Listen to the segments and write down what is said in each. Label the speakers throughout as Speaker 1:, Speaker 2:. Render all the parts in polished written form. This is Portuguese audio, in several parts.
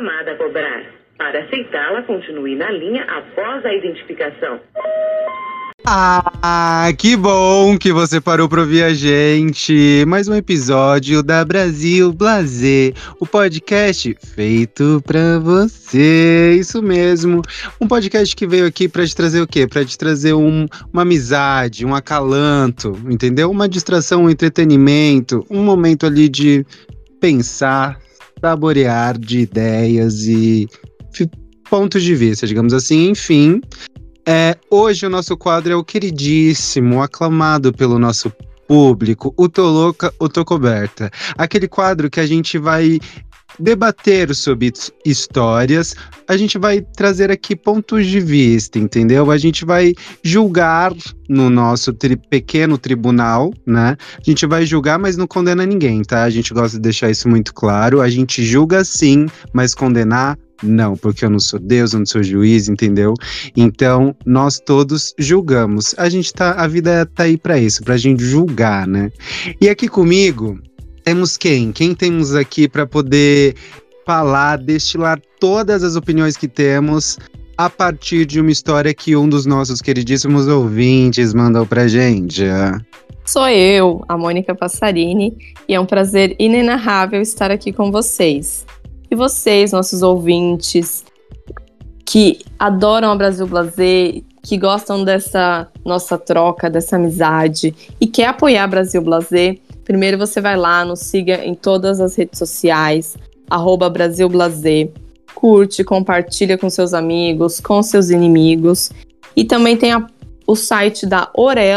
Speaker 1: chamada a cobrar. Para aceitá-la, continue na linha após a identificação.
Speaker 2: Ah, que bom que você parou para ouvir a gente. Mais um episódio da Brasil Blazer, o podcast feito para você. Isso mesmo. Um podcast que veio aqui para te trazer o quê? Para te trazer uma amizade, um acalanto, entendeu? Uma distração, um entretenimento, um momento ali de pensar, saborear de ideias e pontos de vista, digamos assim. Enfim. Hoje o nosso quadro é o queridíssimo, aclamado pelo nosso público, o Tô Louca ou Tô Coberta. Aquele quadro que a gente vai debater sobre histórias, a gente vai trazer aqui pontos de vista, entendeu? A gente vai julgar no nosso pequeno tribunal, né? A gente vai julgar, mas não condena ninguém, tá? A gente gosta de deixar isso muito claro. A gente julga sim, mas condenar não, porque eu não sou Deus, eu não sou juiz, entendeu? Então, nós todos julgamos. A vida tá aí pra isso, pra gente julgar, né? E aqui comigo, temos quem? Quem temos aqui pra poder falar, destilar todas as opiniões que temos a partir de uma história que um dos nossos queridíssimos ouvintes mandou pra gente?
Speaker 3: Sou eu, a Mônica Passarini, e é um prazer inenarrável estar aqui com vocês. E vocês, nossos ouvintes, que adoram a Brasil Blazer, que gostam dessa nossa troca, dessa amizade e quer apoiar a Brasil Blazer, primeiro você vai lá, nos siga em todas as redes sociais, @Brasil Blazer, curte, compartilha com seus amigos, com seus inimigos, e também tem o site da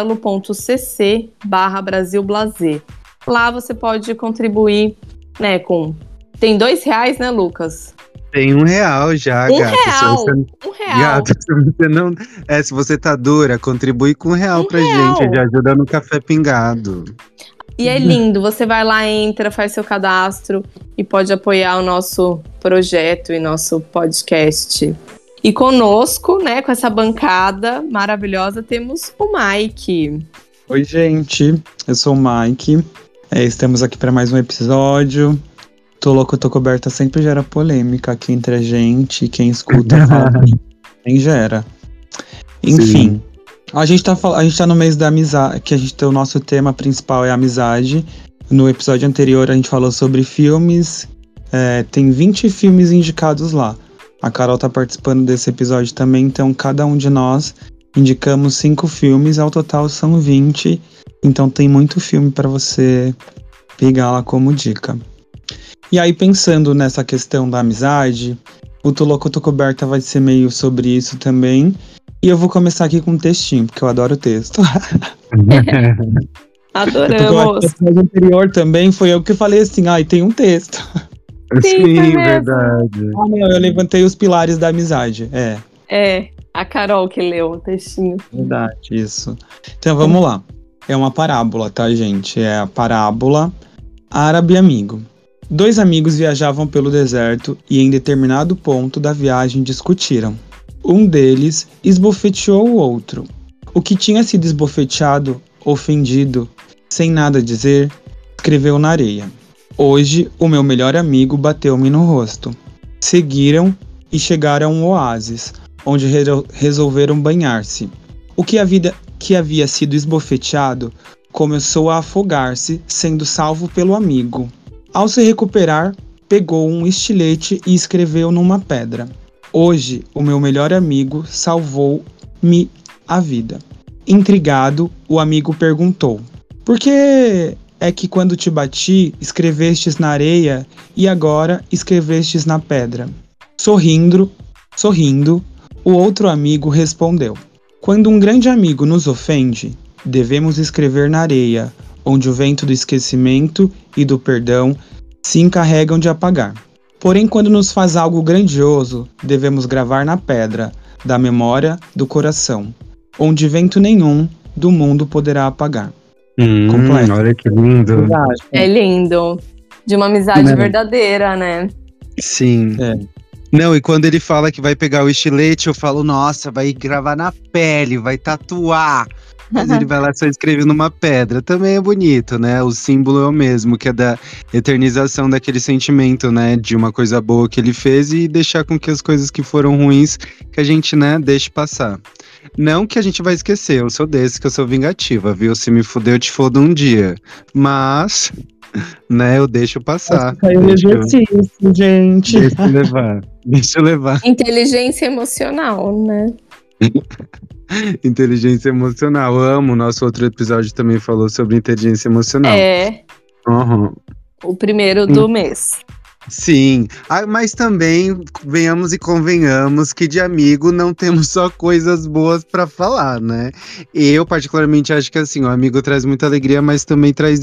Speaker 3: orelo.cc/Brasil Blazer. Lá você pode contribuir, né, Tem R$2, né, Lucas?
Speaker 2: Tem R$1 já,
Speaker 3: R$1.
Speaker 2: gato.
Speaker 3: R$1.
Speaker 2: Gato, se você não... se você tá dura, contribui com R$1 pra gente. Já ajuda no café pingado.
Speaker 3: E é lindo, você vai lá, entra, faz seu cadastro e pode apoiar o nosso projeto e nosso podcast. E conosco, né, com essa bancada maravilhosa, temos o Mike.
Speaker 4: Oi, gente. Eu sou o Mike. Estamos aqui para mais um episódio. Tô Louco, Tô Coberta sempre gera polêmica aqui entre a gente, quem escuta fala, quem gera. Enfim, a gente tá no mês da amizade, que o nosso tema principal é amizade. No episódio anterior a gente falou sobre filmes, tem 20 filmes indicados lá. A Carol tá participando desse episódio também, então cada um de nós indicamos 5 filmes, ao total são 20, então tem muito filme para você pegar lá como dica. E aí, pensando nessa questão da amizade, o Tô Louco, Tô Coberta vai ser meio sobre isso também. E eu vou começar aqui com um textinho, porque eu adoro texto.
Speaker 3: Adoramos!
Speaker 4: O episódio anterior também foi eu que falei assim, tem um texto.
Speaker 2: Sim, verdade.
Speaker 4: Não, eu levantei os pilares da amizade,
Speaker 3: a Carol que leu o textinho.
Speaker 4: Verdade, isso. Então, vamos lá. É uma parábola, tá, gente? É a parábola Árabe e Amigo. 2 amigos viajavam pelo deserto e em determinado ponto da viagem discutiram. Um deles esbofeteou o outro. O que tinha sido esbofeteado, ofendido, sem nada dizer, escreveu na areia. Hoje, o meu melhor amigo bateu-me no rosto. Seguiram e chegaram a um oásis, onde resolveram banhar-se. O que havia sido esbofeteado começou a afogar-se, sendo salvo pelo amigo. Ao se recuperar, pegou um estilete e escreveu numa pedra. Hoje, o meu melhor amigo salvou-me a vida. Intrigado, o amigo perguntou: por que é que quando te bati, escrevestes na areia e agora escrevestes na pedra? Sorrindo, o outro amigo respondeu: quando um grande amigo nos ofende, devemos escrever na areia, onde o vento do esquecimento e do perdão se encarregam de apagar. Porém, quando nos faz algo grandioso, devemos gravar na pedra da memória do coração, onde vento nenhum do mundo poderá apagar.
Speaker 2: Completo. Olha que lindo.
Speaker 3: É lindo. De uma amizade verdadeira, né?
Speaker 2: Sim. Não, e quando ele fala que vai pegar o estilete, eu falo, nossa, vai gravar na pele, vai tatuar. Mas ele vai lá e só escreve numa pedra. Também é bonito, né? O símbolo é o mesmo, que é da eternização daquele sentimento, né? De uma coisa boa que ele fez e deixar com que as coisas que foram ruins, que a gente, né, deixe passar. Não que a gente vai esquecer, eu sou desse, que eu sou vingativa, viu? Se me fuder, eu te fodo um dia. Mas, né, eu deixo passar.
Speaker 4: Caiu no exercício, gente.
Speaker 2: Deixa eu levar. Deixa eu levar.
Speaker 3: Inteligência emocional, né?
Speaker 2: Inteligência emocional. Eu amo. Nosso outro episódio também falou sobre inteligência emocional.
Speaker 3: É.
Speaker 2: Uhum.
Speaker 3: O primeiro do mês.
Speaker 2: Sim. Mas também venhamos e convenhamos que de amigo não temos só coisas boas pra falar, né? Eu particularmente acho que assim, o amigo traz muita alegria, mas também traz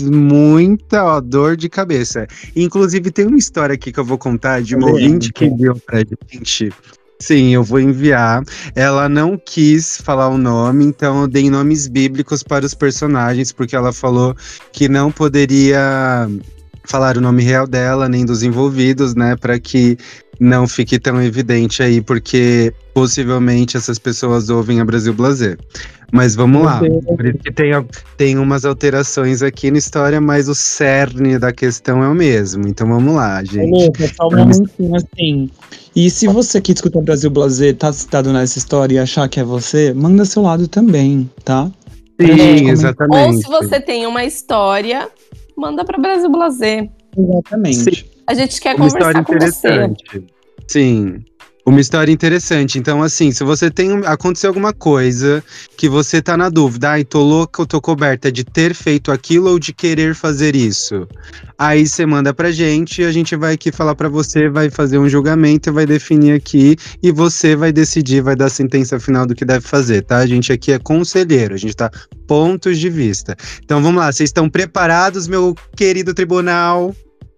Speaker 2: muita dor de cabeça. Inclusive tem uma história aqui que eu vou contar de uma ouvinte que enviou pra gente. Sim, eu vou enviar. Ela não quis falar o nome, então eu dei nomes bíblicos para os personagens, porque ela falou que não poderia falar o nome real dela, nem dos envolvidos, né, para que não fique tão evidente aí, porque possivelmente essas pessoas ouvem a Brasil Blasé. Mas vamos lá, por isso que tem umas alterações aqui na história, mas o cerne da questão é o mesmo. Então vamos lá, gente.
Speaker 4: Só um momentinho assim. E se você que escuta o Brasil Blasé tá citado nessa história e achar que é você, manda seu lado também, tá?
Speaker 2: Sim, exatamente.
Speaker 3: Ou se você tem uma história, manda para Brasil Blasé.
Speaker 4: Exatamente.
Speaker 2: Sim.
Speaker 3: A gente quer
Speaker 2: Uma
Speaker 3: conversar
Speaker 2: história
Speaker 3: com você.
Speaker 2: interessante. Sim. Uma história interessante. Então, assim, se você aconteceu alguma coisa que você tá na dúvida, ai, tô louca ou tô coberta de ter feito aquilo ou de querer fazer isso. Aí você manda pra gente e a gente vai aqui falar pra você, vai fazer um julgamento, vai definir aqui e você vai decidir, vai dar a sentença final do que deve fazer, tá? A gente aqui é conselheiro, a gente tá pontos de vista. Então vamos lá, vocês estão preparados, meu querido tribunal?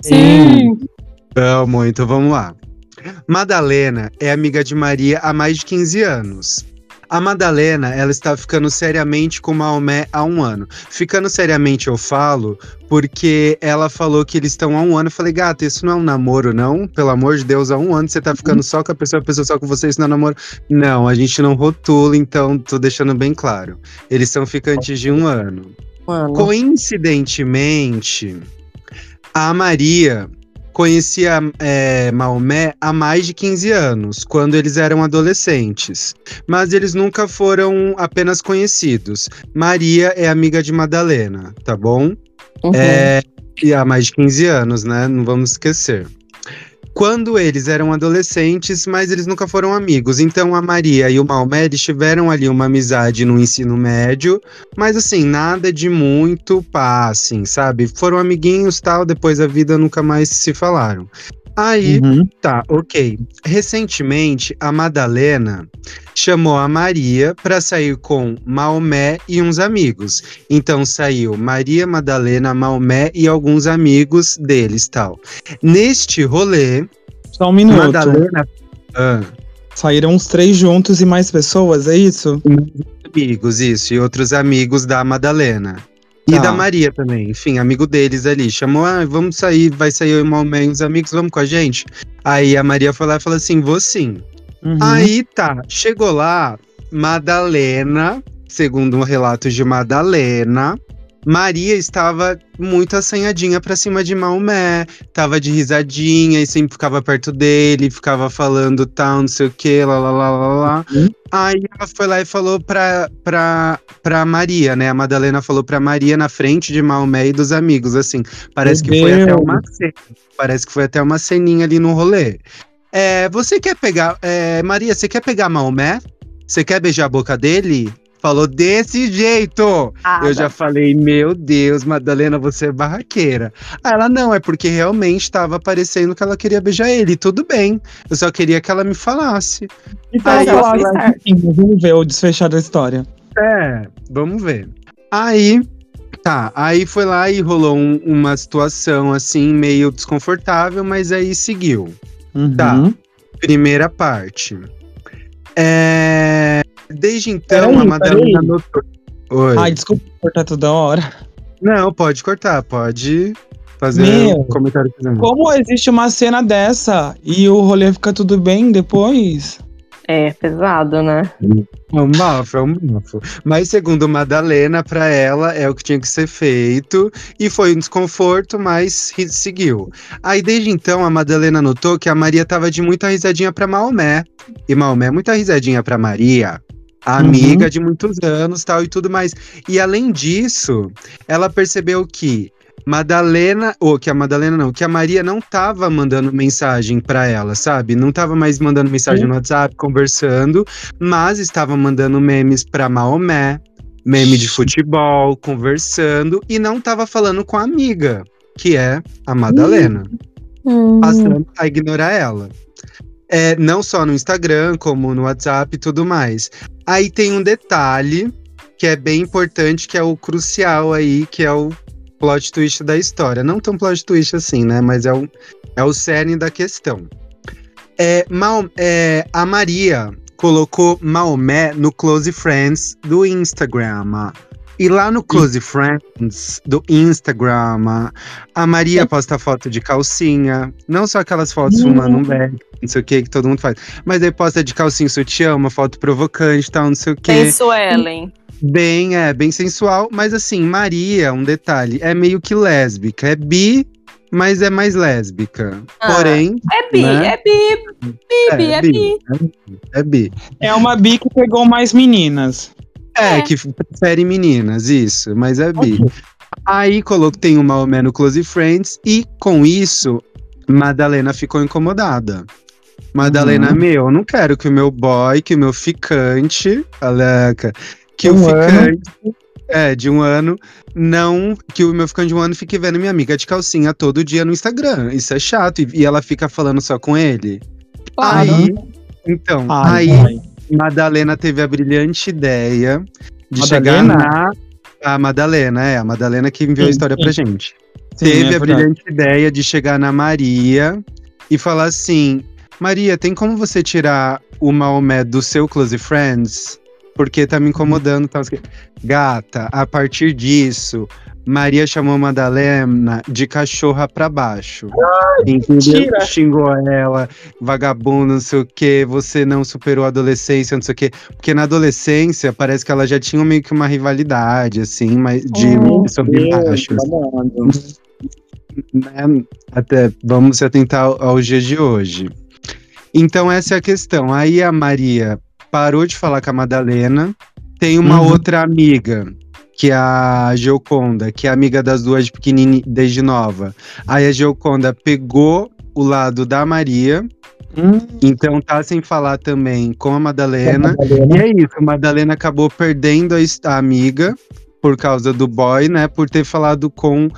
Speaker 3: Sim!
Speaker 2: Vamos, então vamos lá. Madalena é amiga de Maria há mais de 15 anos. A Madalena, ela está ficando seriamente com Maomé há 1 ano. Ficando seriamente eu falo porque ela falou que eles estão há 1 ano. Eu falei, gata, isso não é um namoro, não? Pelo amor de Deus, há 1 ano você tá ficando só com a pessoa só com você, isso não é namoro. Não, a gente não rotula, então tô deixando bem claro. Eles são ficantes de 1 ano. Coincidentemente, a Maria conhecia Maomé há mais de 15 anos, quando eles eram adolescentes. Mas eles nunca foram apenas conhecidos. Maria é amiga de Madalena, tá bom?
Speaker 3: Uhum.
Speaker 2: E há mais de 15 anos, né? Não vamos esquecer. Quando eles eram adolescentes, mas eles nunca foram amigos. Então a Maria e o Maomé, eles tiveram ali uma amizade no ensino médio, mas assim, nada de muito pá, assim, sabe? Foram amiguinhos, tal, depois a vida nunca mais se falaram. Aí, tá, ok. Recentemente, a Madalena chamou a Maria pra sair com Maomé e uns amigos. Então saiu Maria, Madalena, Maomé e alguns amigos deles, tal. Neste rolê,
Speaker 4: só um minuto.
Speaker 2: Madalena...
Speaker 4: Saíram os 3 juntos e mais pessoas, é isso?
Speaker 2: Amigos, isso. E outros amigos da Madalena. E da Maria também, enfim, amigo deles ali. Chamou, vamos sair, vai sair o Maomé e os amigos, vamos com a gente? Aí a Maria foi lá e falou assim, vou sim. Aí tá, chegou lá, Madalena, segundo um relato de Madalena, Maria estava muito assanhadinha pra cima de Maomé, tava de risadinha e sempre ficava perto dele, ficava falando tal, não sei o que, lá. Aí ela foi lá e falou pra Maria, né? A Madalena falou pra Maria na frente de Maomé e dos amigos, assim. Parece que foi até uma cena. Parece que foi até uma ceninha ali no rolê. Você quer pegar... Maria, você quer pegar Maomé? Você quer beijar a boca dele? Falou desse jeito. Eu já falei, meu Deus, Madalena, você é barraqueira. Aí ela, não, é porque realmente estava parecendo que ela queria beijar ele. Tudo bem, eu só queria que ela me falasse.
Speaker 4: Então, vamos ver o desfechar da história.
Speaker 2: Vamos ver. Aí foi lá e rolou uma situação assim, meio desconfortável, mas aí seguiu. Tá, primeira parte. Desde então, a Madalena notou... Oi.
Speaker 4: Ai, desculpa cortar toda hora.
Speaker 2: Não, pode cortar, pode fazer um comentário.
Speaker 4: Como existe uma cena dessa e o rolê fica tudo bem depois?
Speaker 3: É pesado, né?
Speaker 2: É um bafo, é um bafo. Mas segundo Madalena, pra ela é o que tinha que ser feito. E foi um desconforto, mas seguiu. Aí desde então a Madalena notou que a Maria tava de muita risadinha pra Maomé. E Maomé muita risadinha pra Maria. A amiga de muitos anos, tal, e tudo mais. E além disso, ela percebeu que que a Maria não tava mandando mensagem pra ela, sabe? Não tava mais mandando mensagem no WhatsApp, conversando, mas estava mandando memes pra Maomé, meme de futebol, conversando, e não tava falando com a amiga, que é a Madalena, passando a ignorar ela. Não só no Instagram, como no WhatsApp e tudo mais. Aí tem um detalhe que é bem importante, que é o crucial aí, que é o plot twist da história. Não tão plot twist assim, né? Mas é o cerne da questão. A Maria colocou Maomé no Close Friends do Instagram. E lá no Close Friends do Instagram, a Maria posta foto de calcinha. Não só aquelas fotos fumando um beck, não sei o que todo mundo faz. Mas aí posta de calcinha sutiã, uma foto provocante, tal, não sei o que.
Speaker 3: Penso Ellen.
Speaker 2: Bem sensual, mas assim, Maria, um detalhe, é meio que lésbica, é bi, mas é mais lésbica. Porém,
Speaker 3: é bi,
Speaker 2: né? É bi.
Speaker 4: É uma bi que pegou mais meninas.
Speaker 2: Que prefere meninas, isso, mas é bi. Aí tem o Maomé no Close Friends e com isso, Madalena ficou incomodada. Madalena, eu não quero que o meu boy, que o meu ficante, aleca, que o ficante de um ano, que o meu ficante de um ano fique vendo minha amiga de calcinha todo dia no Instagram. Isso é chato. E ela fica falando só com ele. Aí Madalena teve a brilhante ideia de chegar a Madalena que enviou a história pra gente. Teve a brilhante ideia de chegar na Maria e falar assim: Maria, tem como você tirar o Maomé do seu Close Friends? Porque tá me incomodando. Tá? Gata, a partir disso, Maria chamou Madalena de cachorra pra baixo. Entendeu? Xingou ela, vagabunda, não sei o que, você não superou a adolescência, não sei o que. Porque na adolescência parece que ela já tinha meio que uma rivalidade, assim, mas sobre baixo. Até vamos se atentar aos dias de hoje. Então essa é a questão. Aí a Maria parou de falar com a Madalena. Tem uma outra amiga, que é a Gioconda, que é amiga das duas de pequenininha, desde nova. Aí a Gioconda pegou o lado da Maria, então tá sem falar também com a Madalena. E é isso, a Madalena acabou perdendo a amiga por causa do boy, né? Por ter falado com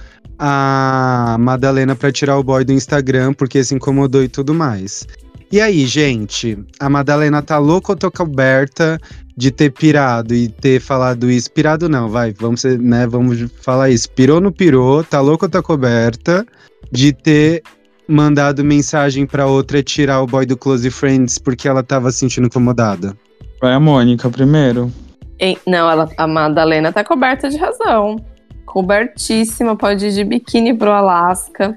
Speaker 2: a Madalena pra tirar o boy do Instagram, porque se incomodou e tudo mais. E aí, gente, a Madalena tá louca ou tô coberta de ter pirado e ter falado isso? Pirado não, vamos falar isso. Pirou ou não pirou, tá louca ou tá coberta de ter mandado mensagem pra outra tirar o boy do Close Friends porque ela tava se sentindo incomodada?
Speaker 4: Vai a Mônica primeiro.
Speaker 3: Não, a Madalena tá coberta de razão. Cobertíssima, pode ir de biquíni pro Alasca.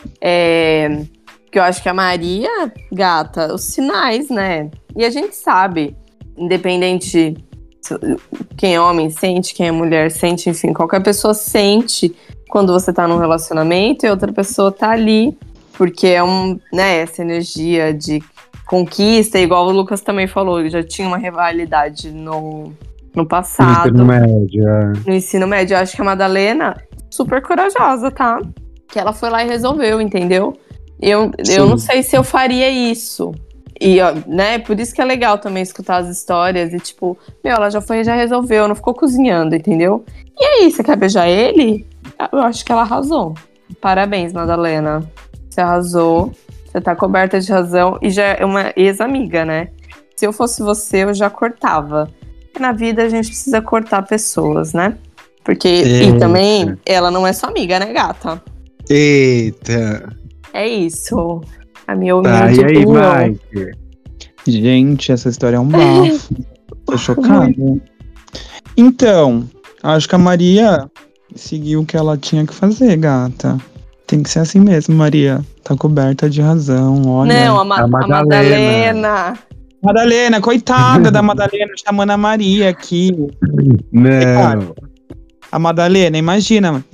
Speaker 3: Porque eu acho que a Maria, gata, os sinais, né? E a gente sabe, independente quem é homem sente, quem é mulher sente, enfim, qualquer pessoa sente quando você tá num relacionamento e outra pessoa tá ali, porque é essa energia de conquista, igual o Lucas também falou, já tinha uma rivalidade no passado. No ensino médio, eu acho que a Madalena, super corajosa, tá? Que ela foi lá e resolveu, entendeu? Eu não sei se eu faria isso. E, né, por isso que é legal também escutar as histórias. E tipo, ela já resolveu, não ficou cozinhando, entendeu? E aí, você quer beijar ele? Eu acho que ela arrasou. Parabéns, Madalena. Você arrasou. Você tá coberta de razão. E já é uma ex-amiga, né? Se eu fosse você, eu já cortava. Na vida, a gente precisa cortar pessoas, né? Porque, e também, ela não é sua amiga, né, gata?
Speaker 2: Eita!
Speaker 3: É isso. A minha
Speaker 2: E aí, Mike?
Speaker 4: Gente, essa história é um bafo. Tô chocada. Então, acho que a Maria seguiu o que ela tinha que fazer, gata. Tem que ser assim mesmo, Maria. Tá coberta de razão, olha.
Speaker 3: Não, a Madalena.
Speaker 4: Madalena, coitada da Madalena, chamando a Maria aqui.
Speaker 2: Não.
Speaker 4: A Madalena, imagina,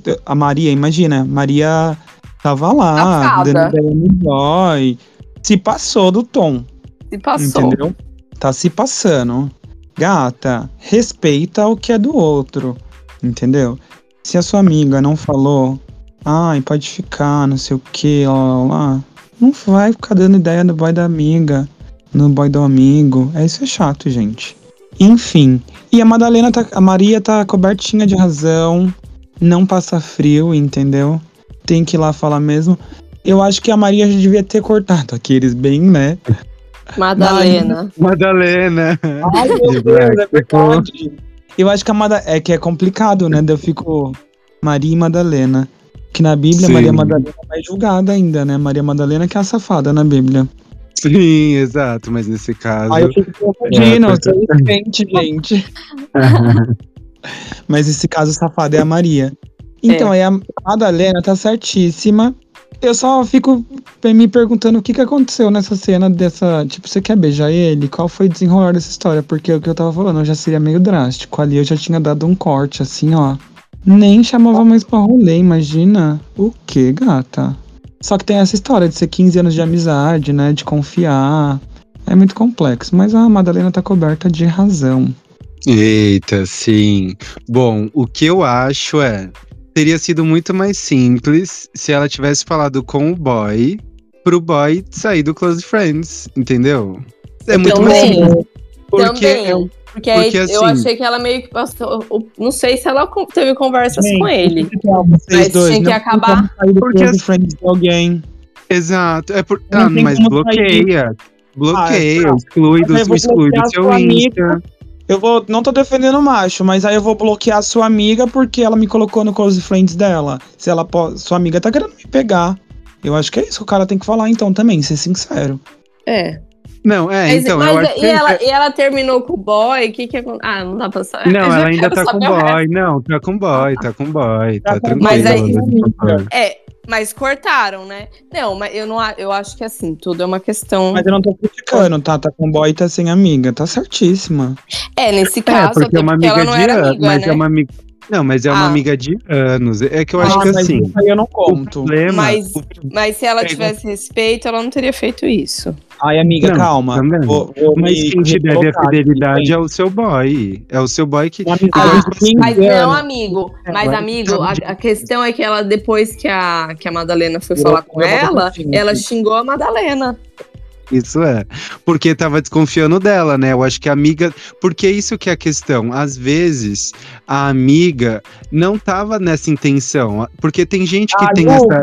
Speaker 4: Maria tava lá,
Speaker 3: Safada.
Speaker 4: dando ideia no boy, se passou do tom,
Speaker 3: Se passou.
Speaker 4: entendeu? Tá se passando. Gata, respeita o que é do outro, entendeu? Se a sua amiga não falou, ai, pode ficar, não sei o que, lá, não vai ficar dando ideia no boy da amiga, no boy do amigo. Isso é chato, gente. Enfim. E a Maria tá cobertinha de razão, não passa frio, entendeu? Tem que ir lá falar mesmo. Eu acho que a Maria já devia ter cortado aqueles bem, né?
Speaker 3: Madalena.
Speaker 2: Madalena.
Speaker 4: Ai, meu Deus, é verdade. Eu acho que é que é complicado, né? Daí eu fico Maria e Madalena. Que na Bíblia,
Speaker 2: Sim.
Speaker 4: Maria Madalena é mais julgada ainda, né? Maria Madalena que é a safada na Bíblia.
Speaker 2: Sim, exato, mas nesse caso.
Speaker 4: Aí eu fico confundindo, eu sou crente, gente. Mas nesse caso, safada é a Maria. Então, aí a Madalena tá certíssima. Eu só fico me perguntando o que aconteceu nessa cena dessa... Tipo, você quer beijar ele? Qual foi o desenrolar dessa história? Porque o que eu tava falando já seria meio drástico. Ali eu já tinha dado um corte, assim, ó. Nem chamava mais pra rolê, imagina. O que, gata? Só que tem essa história de ser 15 anos de amizade, né? De confiar. É muito complexo. Mas a Madalena tá coberta de razão.
Speaker 2: Eita, sim. Bom, o que eu acho teria sido muito mais simples se ela tivesse falado com o boy, pro boy sair do Close Friends, entendeu? É muito mais
Speaker 3: Também.
Speaker 2: simples. Porque
Speaker 3: Porque aí
Speaker 2: porque,
Speaker 3: eu
Speaker 2: assim,
Speaker 3: achei que ela meio que passou. Não sei se ela teve conversas
Speaker 4: Gente,
Speaker 3: com ele.
Speaker 4: Vocês
Speaker 3: Mas
Speaker 4: dois,
Speaker 3: tinha que
Speaker 4: não
Speaker 3: acabar.
Speaker 4: tem como sair do
Speaker 2: Porque
Speaker 4: Close
Speaker 2: assim-
Speaker 4: Friends de alguém.
Speaker 2: exato.
Speaker 4: Não tem
Speaker 2: Mas
Speaker 4: como
Speaker 2: bloqueia. Bloqueia,
Speaker 4: tá.
Speaker 2: exclui
Speaker 4: Mas eu vou
Speaker 2: exclui do
Speaker 4: bloquear
Speaker 2: seu
Speaker 4: sua
Speaker 2: Insta.
Speaker 4: Não tô defendendo o macho, mas aí eu vou bloquear a sua amiga porque ela me colocou no Close Friends dela. Se ela sua amiga tá querendo me pegar. Eu acho que é isso que o cara tem que falar então também, ser sincero.
Speaker 3: É.
Speaker 2: Não, então, eu acho que...
Speaker 3: e ela terminou com o boy? O que aconteceu? Ah, não dá pra saber.
Speaker 2: Não,
Speaker 3: Mas eu
Speaker 2: ela ainda
Speaker 3: quero
Speaker 2: tá com
Speaker 3: saber o resto.
Speaker 2: boy. Não, tá com boy, tá com boy. Tá
Speaker 4: Tá com
Speaker 2: tranquilo.
Speaker 3: Mas aí-
Speaker 2: ela-
Speaker 3: Mas cortaram, né? Não, mas eu acho que assim, tudo é uma questão.
Speaker 4: Mas eu não tô criticando, tá? Tá com boy e tá sem amiga. Tá certíssima.
Speaker 3: Nesse caso,
Speaker 2: porque
Speaker 3: até
Speaker 2: é uma
Speaker 3: porque
Speaker 2: amiga
Speaker 3: ela não
Speaker 2: de
Speaker 3: era
Speaker 2: anos,
Speaker 3: amiga,
Speaker 2: mas
Speaker 3: né?
Speaker 2: é uma amiga... Não, mas é uma
Speaker 3: Ah.
Speaker 2: amiga de anos. É que eu acho que
Speaker 4: mas
Speaker 2: assim,
Speaker 4: isso aí eu não
Speaker 2: o
Speaker 4: conto.
Speaker 2: problema...
Speaker 3: Mas se ela
Speaker 2: É,
Speaker 3: tivesse respeito, ela não teria feito isso.
Speaker 4: Ai, amiga,
Speaker 2: Não,
Speaker 4: calma.
Speaker 2: também.
Speaker 4: Vou
Speaker 2: Mas
Speaker 4: me
Speaker 2: quem te deve a
Speaker 4: recolocar aqui,
Speaker 2: fidelidade
Speaker 4: gente.
Speaker 2: é o seu boy. É o seu boy que...
Speaker 4: Uma amizade
Speaker 2: Igual,
Speaker 4: de
Speaker 2: tipo assim,
Speaker 4: 15
Speaker 3: Mas não,
Speaker 4: anos.
Speaker 3: amigo.
Speaker 4: É,
Speaker 3: Mas,
Speaker 4: mas
Speaker 3: amigo,
Speaker 2: tá
Speaker 3: a questão é que ela, depois que a Madalena foi
Speaker 4: Virou
Speaker 3: falar com
Speaker 4: problema
Speaker 3: ela,
Speaker 4: do time.
Speaker 3: ela xingou a Madalena.
Speaker 2: Isso é. Porque tava desconfiando dela, né? Eu acho que a amiga... Porque isso que é a questão. Às vezes, a amiga não tava nessa intenção. Porque tem gente que tem essa...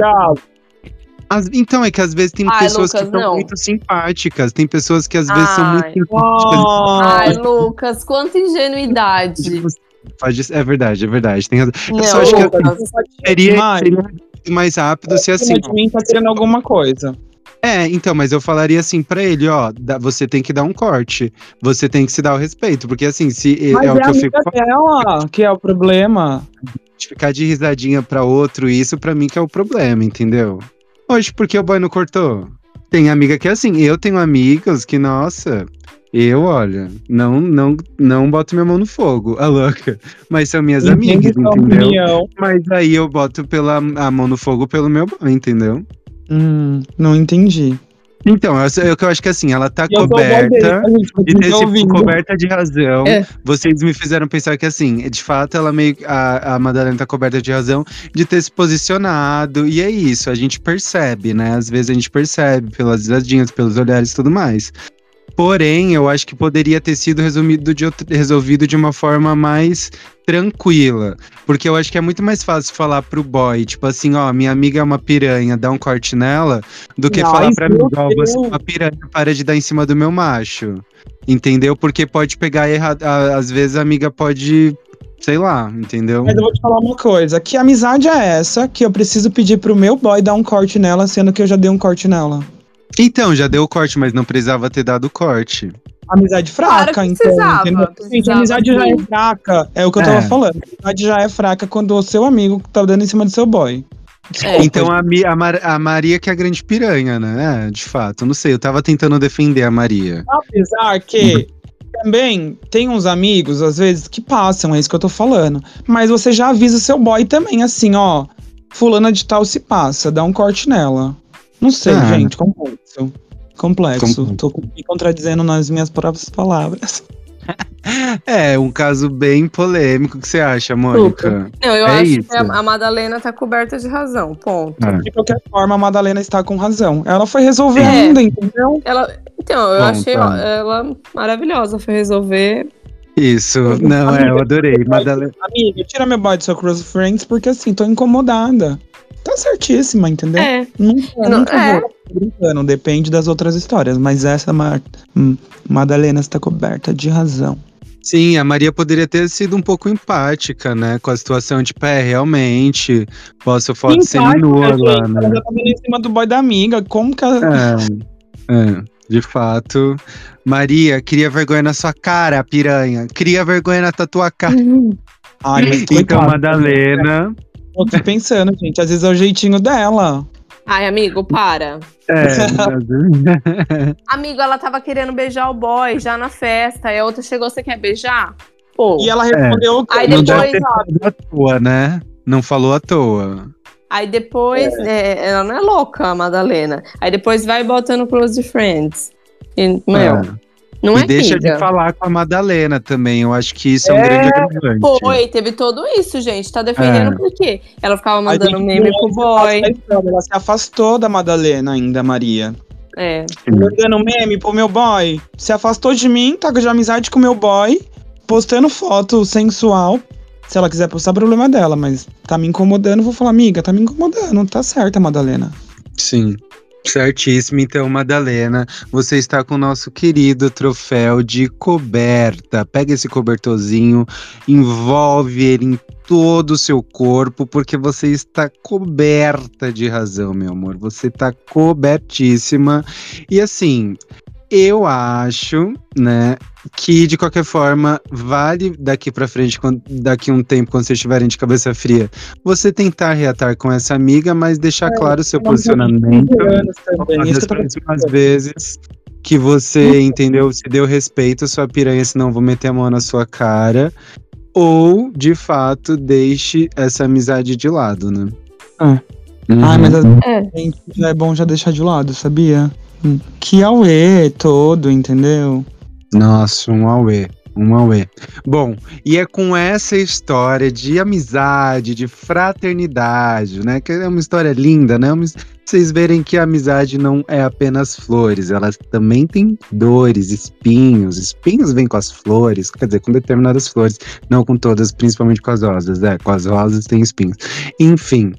Speaker 2: Então, é que às vezes tem pessoas
Speaker 3: Lucas,
Speaker 2: que são
Speaker 3: não.
Speaker 2: muito simpáticas. Tem pessoas que às vezes são muito
Speaker 3: Ai.
Speaker 2: simpáticas.
Speaker 3: Ai, Lucas, quanta ingenuidade.
Speaker 2: É verdade, é verdade. Tem razão.
Speaker 3: Não,
Speaker 2: só acho que
Speaker 3: Lucas.
Speaker 2: seria mais rápido se assim...
Speaker 4: De mim tá querendo alguma coisa.
Speaker 2: Então, mas eu falaria assim pra ele, ó, você tem que dar um corte, você tem que se dar o respeito, porque assim, se
Speaker 4: Mas
Speaker 2: é o que eu fico
Speaker 4: dela que é o problema.
Speaker 2: de ficar de risadinha pra outro, isso pra mim que é o problema, entendeu? Hoje, por que o boy não cortou? Tem amiga que é assim, eu tenho amigas que, nossa, olha, não boto minha mão no fogo, a louca, mas são minhas amigas, entendeu? Mas aí eu boto a mão no fogo pelo meu boy, entendeu?
Speaker 4: Não entendi.
Speaker 2: Então, eu acho que assim, ela tá coberta de ter sido coberta de razão. Vocês me fizeram pensar que assim, de fato, ela a Madalena tá coberta de razão de ter se posicionado. E é isso, a gente percebe, né? Às vezes a gente percebe pelas risadinhas, pelos olhares e tudo mais. Porém, eu acho que poderia ter sido resolvido de uma forma mais tranquila. Porque eu acho que é muito mais fácil falar pro boy, tipo assim, ó, minha amiga é uma piranha, dá um corte nela, do que falar pra mim, ó, você é uma piranha, para de dar em cima do meu macho. Entendeu? Porque pode pegar errado. Às vezes a amiga pode, sei lá, entendeu?
Speaker 4: Mas eu vou te falar uma coisa, que amizade é essa que eu preciso pedir pro meu boy dar um corte nela, sendo que eu já dei um corte nela?
Speaker 2: Então, já deu o corte, mas não precisava ter dado o corte.
Speaker 4: Amizade fraca,
Speaker 3: Claro que
Speaker 4: então.
Speaker 3: precisava,
Speaker 4: Gente, a amizade já é fraca. É o que eu tava falando. A amizade já é fraca quando o seu amigo tá dando em cima do seu boy. Desculpa,
Speaker 2: Então a Maria que é a grande piranha, né? De fato, não sei, eu tava tentando defender a Maria.
Speaker 4: apesar que também tem uns amigos, às vezes, que passam, é isso que eu tô falando. Mas você já avisa seu boy também, assim, ó. Fulana de tal se passa, dá um corte nela. Não sei, gente, complexo. Tô me contradizendo nas minhas próprias palavras.
Speaker 2: É, um caso bem polêmico, o que você acha, Mônica?
Speaker 3: Não, eu
Speaker 2: É
Speaker 3: acho
Speaker 2: isso.
Speaker 3: que a Madalena tá coberta de razão, ponto.
Speaker 4: De qualquer forma, a Madalena está com razão. Ela foi resolver
Speaker 3: É.
Speaker 4: ainda, entendeu?
Speaker 3: Então, eu
Speaker 2: Bom,
Speaker 3: achei
Speaker 2: tá.
Speaker 3: ela maravilhosa, foi resolver.
Speaker 2: Isso, não, eu adorei. Madalena.
Speaker 4: Amiga, tira meu boy do seu Close Friends, porque assim, tô incomodada. Tá certíssima, entendeu?
Speaker 3: É.
Speaker 4: Nunca vou. Tô brincando, depende das outras histórias. Mas essa Madalena está coberta de razão.
Speaker 2: Sim, a Maria poderia ter sido um pouco empática, né? Com a situação de pé, realmente. Posso foto seminua lá, né?
Speaker 4: Ela já tá vindo em cima do boy da amiga. Como que ela.
Speaker 2: De fato. Maria, cria vergonha na sua cara, piranha. Cria vergonha na tua cara.
Speaker 4: Ai, mas
Speaker 2: Então,
Speaker 4: coitada.
Speaker 2: Madalena.
Speaker 4: Tô aqui pensando, gente. Às vezes é o jeitinho dela.
Speaker 3: Ai, amigo, para. Amigo, ela tava querendo beijar o boy já na festa. Aí a outra chegou, você quer beijar? Pô.
Speaker 4: E ela respondeu.
Speaker 3: Aí
Speaker 2: Não
Speaker 3: depois,
Speaker 2: deve ter falado à toa, né? Não falou à toa.
Speaker 3: Aí depois, ela não é louca, a Madalena. Aí depois vai botando Close Friends. E, não
Speaker 2: E
Speaker 3: é
Speaker 2: deixa
Speaker 3: amiga.
Speaker 2: de falar com a Madalena também. Eu acho que isso é um grande agravante.
Speaker 3: Foi, teve tudo isso, gente. Tá defendendo por quê? Ela ficava mandando meme pro boy.
Speaker 4: Ela se afastou da Madalena ainda, Maria.
Speaker 3: É.
Speaker 4: Mandando meme pro meu boy. Se afastou de mim, tá de amizade com o meu boy. Postando foto sensual. Se ela quiser postar, problema dela. Mas tá me incomodando, vou falar, amiga, tá me incomodando. Tá certa, Madalena.
Speaker 2: Sim. Certíssimo, então, Madalena, você está com o nosso querido troféu de coberta. Pega esse cobertorzinho, envolve ele em todo o seu corpo, porque você está coberta de razão, meu amor. Você está cobertíssima. E assim, eu acho, né, que de qualquer forma vale daqui pra frente, daqui um tempo, quando vocês estiverem de cabeça fria, você tentar reatar com essa amiga, mas deixar claro o seu posicionamento das próximas vezes que você, entendeu, se deu respeito à sua piranha, senão vou meter a mão na sua cara, ou de fato deixe essa amizade de lado, né?
Speaker 4: Ai, mas gente, já é bom já deixar de lado, sabia? Que auê todo, entendeu?
Speaker 2: Nossa, um auê. Bom, e é com essa história de amizade, de fraternidade, né? Que é uma história linda, né? Vocês verem que a amizade não é apenas flores, elas também têm dores, espinhos. Espinhos vêm com as flores, quer dizer, com determinadas flores, não com todas, principalmente com as rosas, com as rosas tem espinhos. Enfim,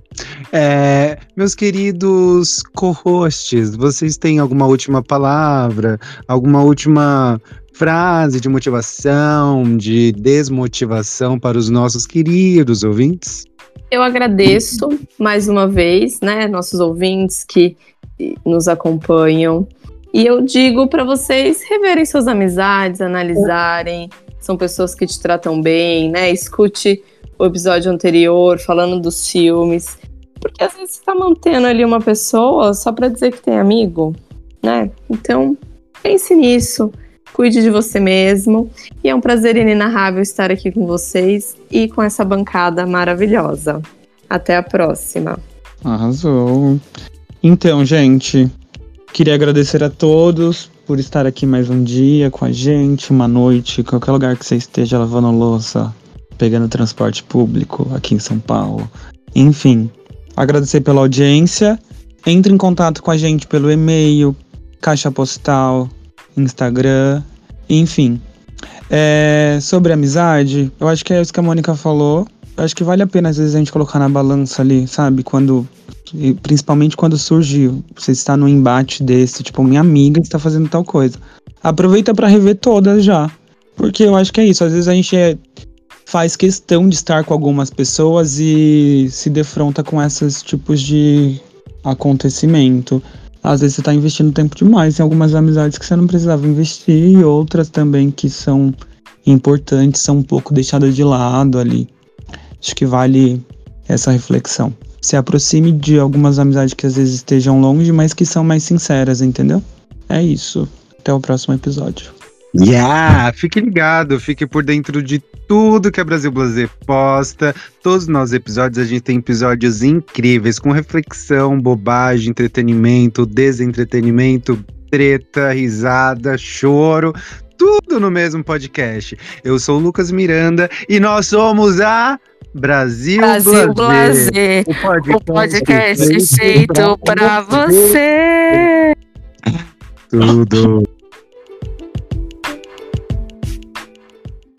Speaker 2: meus queridos co-hosts, vocês têm alguma última palavra, alguma última frase de motivação, de desmotivação para os nossos queridos ouvintes?
Speaker 3: Eu agradeço mais uma vez, né, nossos ouvintes que nos acompanham. E eu digo para vocês reverem suas amizades, analisarem. São pessoas que te tratam bem, né? Escute o episódio anterior falando dos filmes. Porque às vezes você tá mantendo ali uma pessoa só para dizer que tem amigo, né? Então, pense nisso. Cuide de você mesmo. E é um prazer inenarrável estar aqui com vocês e com essa bancada maravilhosa. Até a próxima.
Speaker 4: Arrasou. Então, gente, queria agradecer a todos por estar aqui mais um dia com a gente, uma noite, qualquer lugar que você esteja lavando louça, pegando transporte público aqui em São Paulo. Enfim, agradecer pela audiência. Entre em contato com a gente pelo e-mail, caixa postal, Instagram, enfim. Sobre amizade, eu acho que é isso que a Mônica falou. Eu acho que vale a pena às vezes a gente colocar na balança ali, sabe? Principalmente quando surge, você está num embate desse, tipo, minha amiga está fazendo tal coisa. Aproveita para rever todas já. Porque eu acho que é isso, às vezes a gente faz questão de estar com algumas pessoas e se defronta com esses tipos de acontecimento. Às vezes você tá investindo tempo demais em algumas amizades que você não precisava investir, e outras também que são importantes, são um pouco deixadas de lado ali. Acho que vale essa reflexão. se aproxime de algumas amizades que às vezes estejam longe, mas que são mais sinceras, entendeu? É isso. Até o próximo episódio.
Speaker 2: Fique ligado, fique por dentro de tudo que a Brasil Blasé posta. Todos os nossos episódios, a gente tem episódios incríveis, com reflexão, bobagem, entretenimento, desentretenimento, treta, risada, choro, tudo no mesmo podcast. Eu sou o Lucas Miranda e nós somos a Brasil Blasé,
Speaker 3: o podcast feito pra você.
Speaker 2: Tudo.